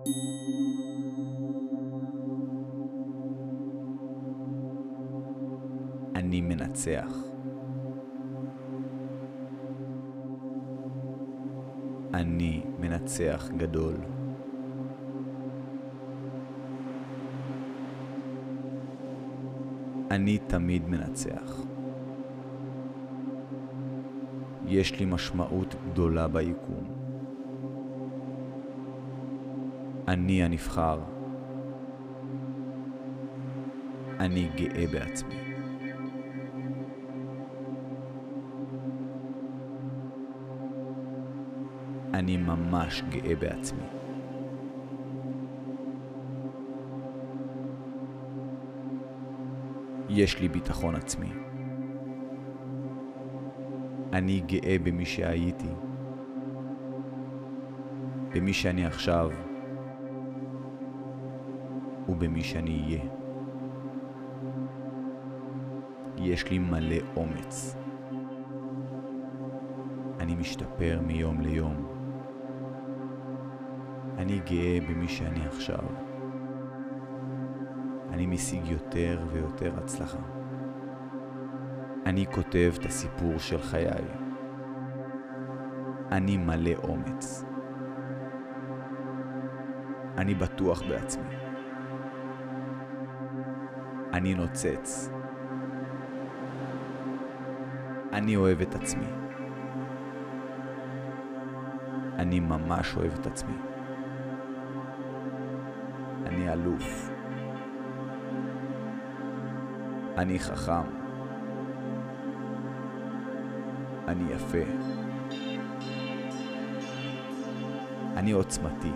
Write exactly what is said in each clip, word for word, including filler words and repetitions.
אני מנצח. אני מנצח גדול. אני תמיד מנצח. יש לי משמעות גדולה ביקום. אני הנבחר. אני גאה בעצמי. אני ממש גאה בעצמי. יש לי ביטחון עצמי. אני גאה במי שהייתי, במי שאני עכשיו, ובמי שאני אהיה. יש לי מלא אומץ. אני משתפר מיום ליום. אני גאה במי שאני עכשיו. אני משיג יותר ויותר הצלחה. אני כותב את הסיפור של חיי. אני מלא אומץ. אני בטוח בעצמי. אני נוצץ. אני אוהב את עצמי. אני ממש אוהב את עצמי. אני אלוף. אני חכם. אני יפה. אני עוצמתי.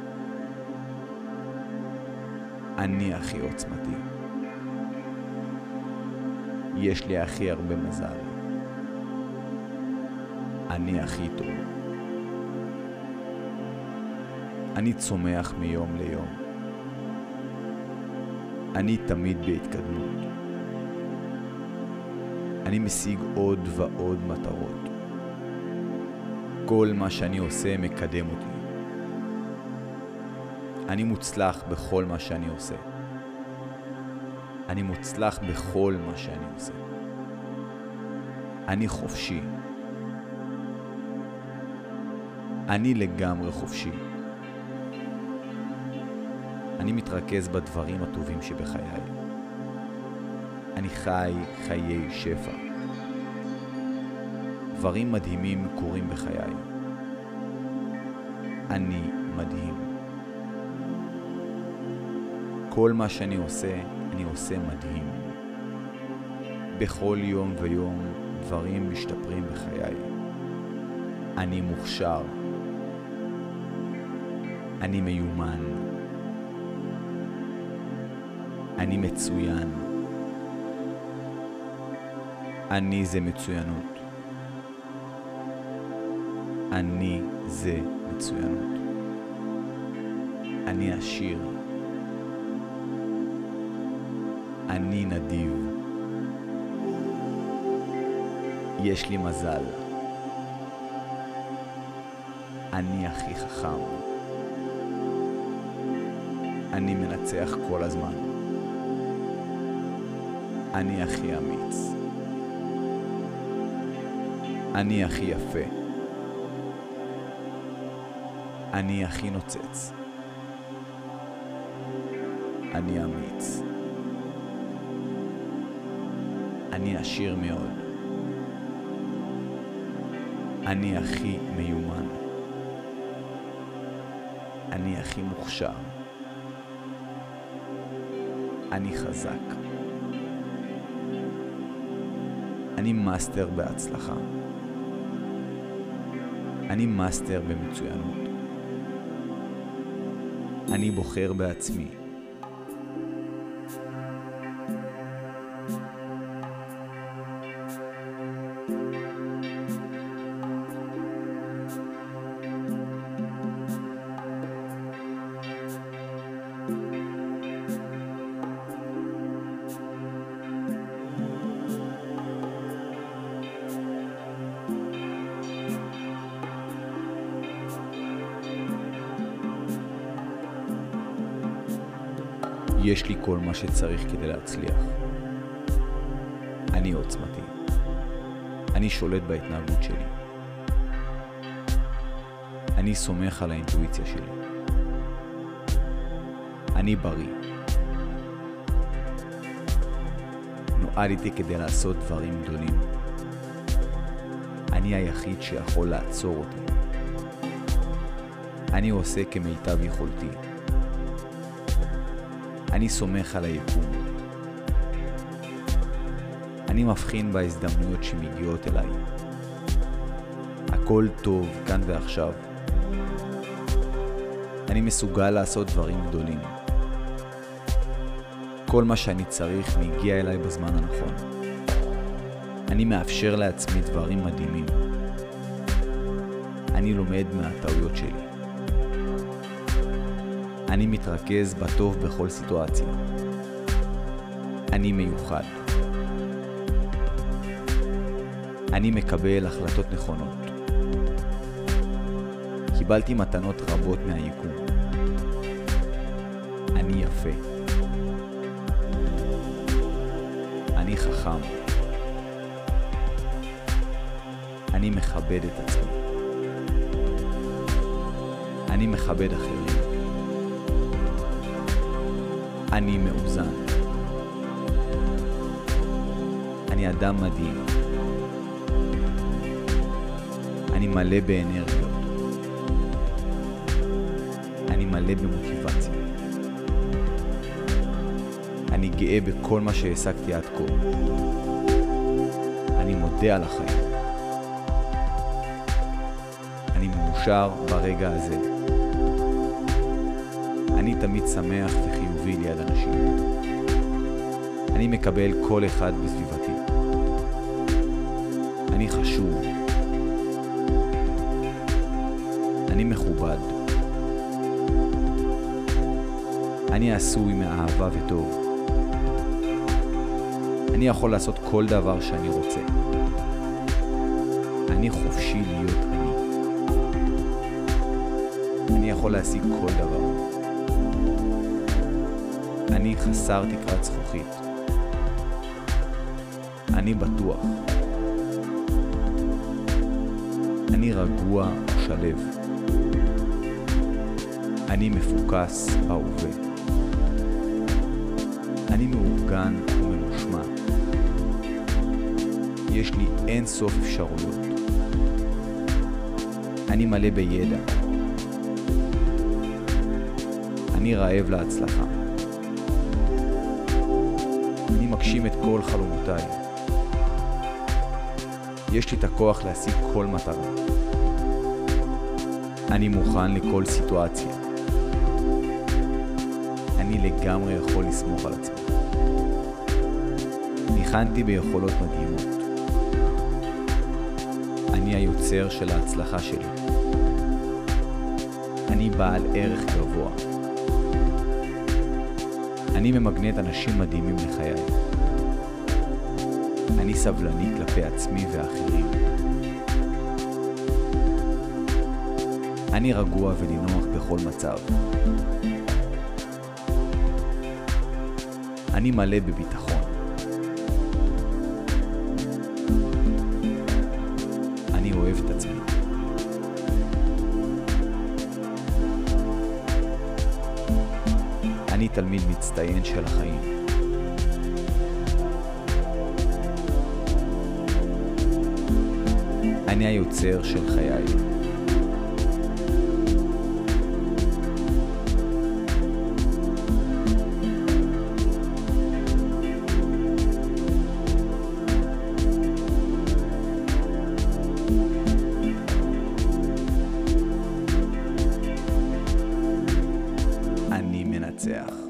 אני הכי עוצמתי. יש לי הכי הרבה מזל. אני הכי טוב. אני צומח מיום ליום. אני תמיד בהתקדמות. אני משיג עוד ועוד מטרות. כל מה שאני עושה מקדם אותי. אני מוצלח בכל מה שאני עושה. אני מוצלח בכל מה שאני עושה. אני חופשי. אני לגמרי חופשי. אני מתרכז בדברים הטובים שבחיי. אני חי חיי שפע. דברים מדהימים קורים בחיי. אני מדהים. כל מה שאני עושה, אני עושה מדהים. בכל יום ויום דברים משתפרים בחיי. אני מוכשר. אני מיומן. אני מצוין. אני זה מצוינות. אני זה מצוינות. אני עשיר. אני נדיב. יש לי מזל. אני הכי חכם. אני מנצח כל הזמן. אני הכי אמיץ. אני הכי יפה. אני הכי נוצץ. אני אמיץ. אני עשיר מאוד. אני הכי מיומן. אני הכי מוכשר. אני חזק. אני מאסטר בהצלחה. אני מאסטר במצוינות. אני בוחר בעצמי. יש לי כל מה שצריך כדי להצליח. אני עוצמתי. אני שולט בהתנהגות שלי. אני סומך על האינטואיציה שלי. אני בריא. נועדתי כדי לעשות דברים גדולים. אני היחיד שיכול לעצור אותי. אני עושה כמיטב יכולתי. אני סומך על היקום. אני מבחין בהזדמנויות שמגיעות אליי. הכל טוב כאן ועכשיו. אני מסוגל לעשות דברים גדולים. כל מה שאני צריך מגיע אליי בזמן הנכון. אני מאפשר לעצמי דברים מדהימים. אני לומד מהטעויות שלי. אני מתרכז בטוב בכל סיטואציה. אני מיוחד. אני מקבל החלטות נכונות. קיבלתי מתנות רבות מהיקום. אני יפה. אני חכם. אני מכבד את עצמי. אני מכבד אחרים. אני מאוזן. אני אדם מדהים. אני מלא באנרגיות. אני מלא במוטיבציה. אני גאה בכל מה שהעסקתי עד כה. אני מודה על החיים. אני מאושר ברגע הזה. אני תמיד שמח וחיובי ליד אנשים. אני מקבל כל אחד בסביבתי. אני חשוב. אני מכובד. אני עשוי מאהבה וטוב. אני יכול לעשות כל דבר שאני רוצה. אני חופשי להיות אני. אני יכול להשיג כל דבר. אני חסר תקרת זכוכית. אני בטוח. אני רגוע ושלב. אני מפוקס בהווה. אני מאורגן וממושמע. יש לי אין סוף אפשרויות. אני מלא בידע. אני רעב להצלחה. אני מגשים את כל חלומותיי. יש לי את הכוח להשיג כל מטרה. אני מוכן לכל סיטואציה. אני לגמרי יכול לסמוך על עצמי. ניחנתי ביכולות מדהימות. אני היוצר של ההצלחה שלי. אני בעל ערך גבוה. אני ממגנט אנשים מדהימים לחיי. אני סבלני כלפי עצמי ואחרים. אני רגוע ולנוח בכל מצב. אני מלא בביטחון. אני אוהב את עצמי. אני תלמיד מצטיין של החיים. אני היוצר של חיי. אני מנצח.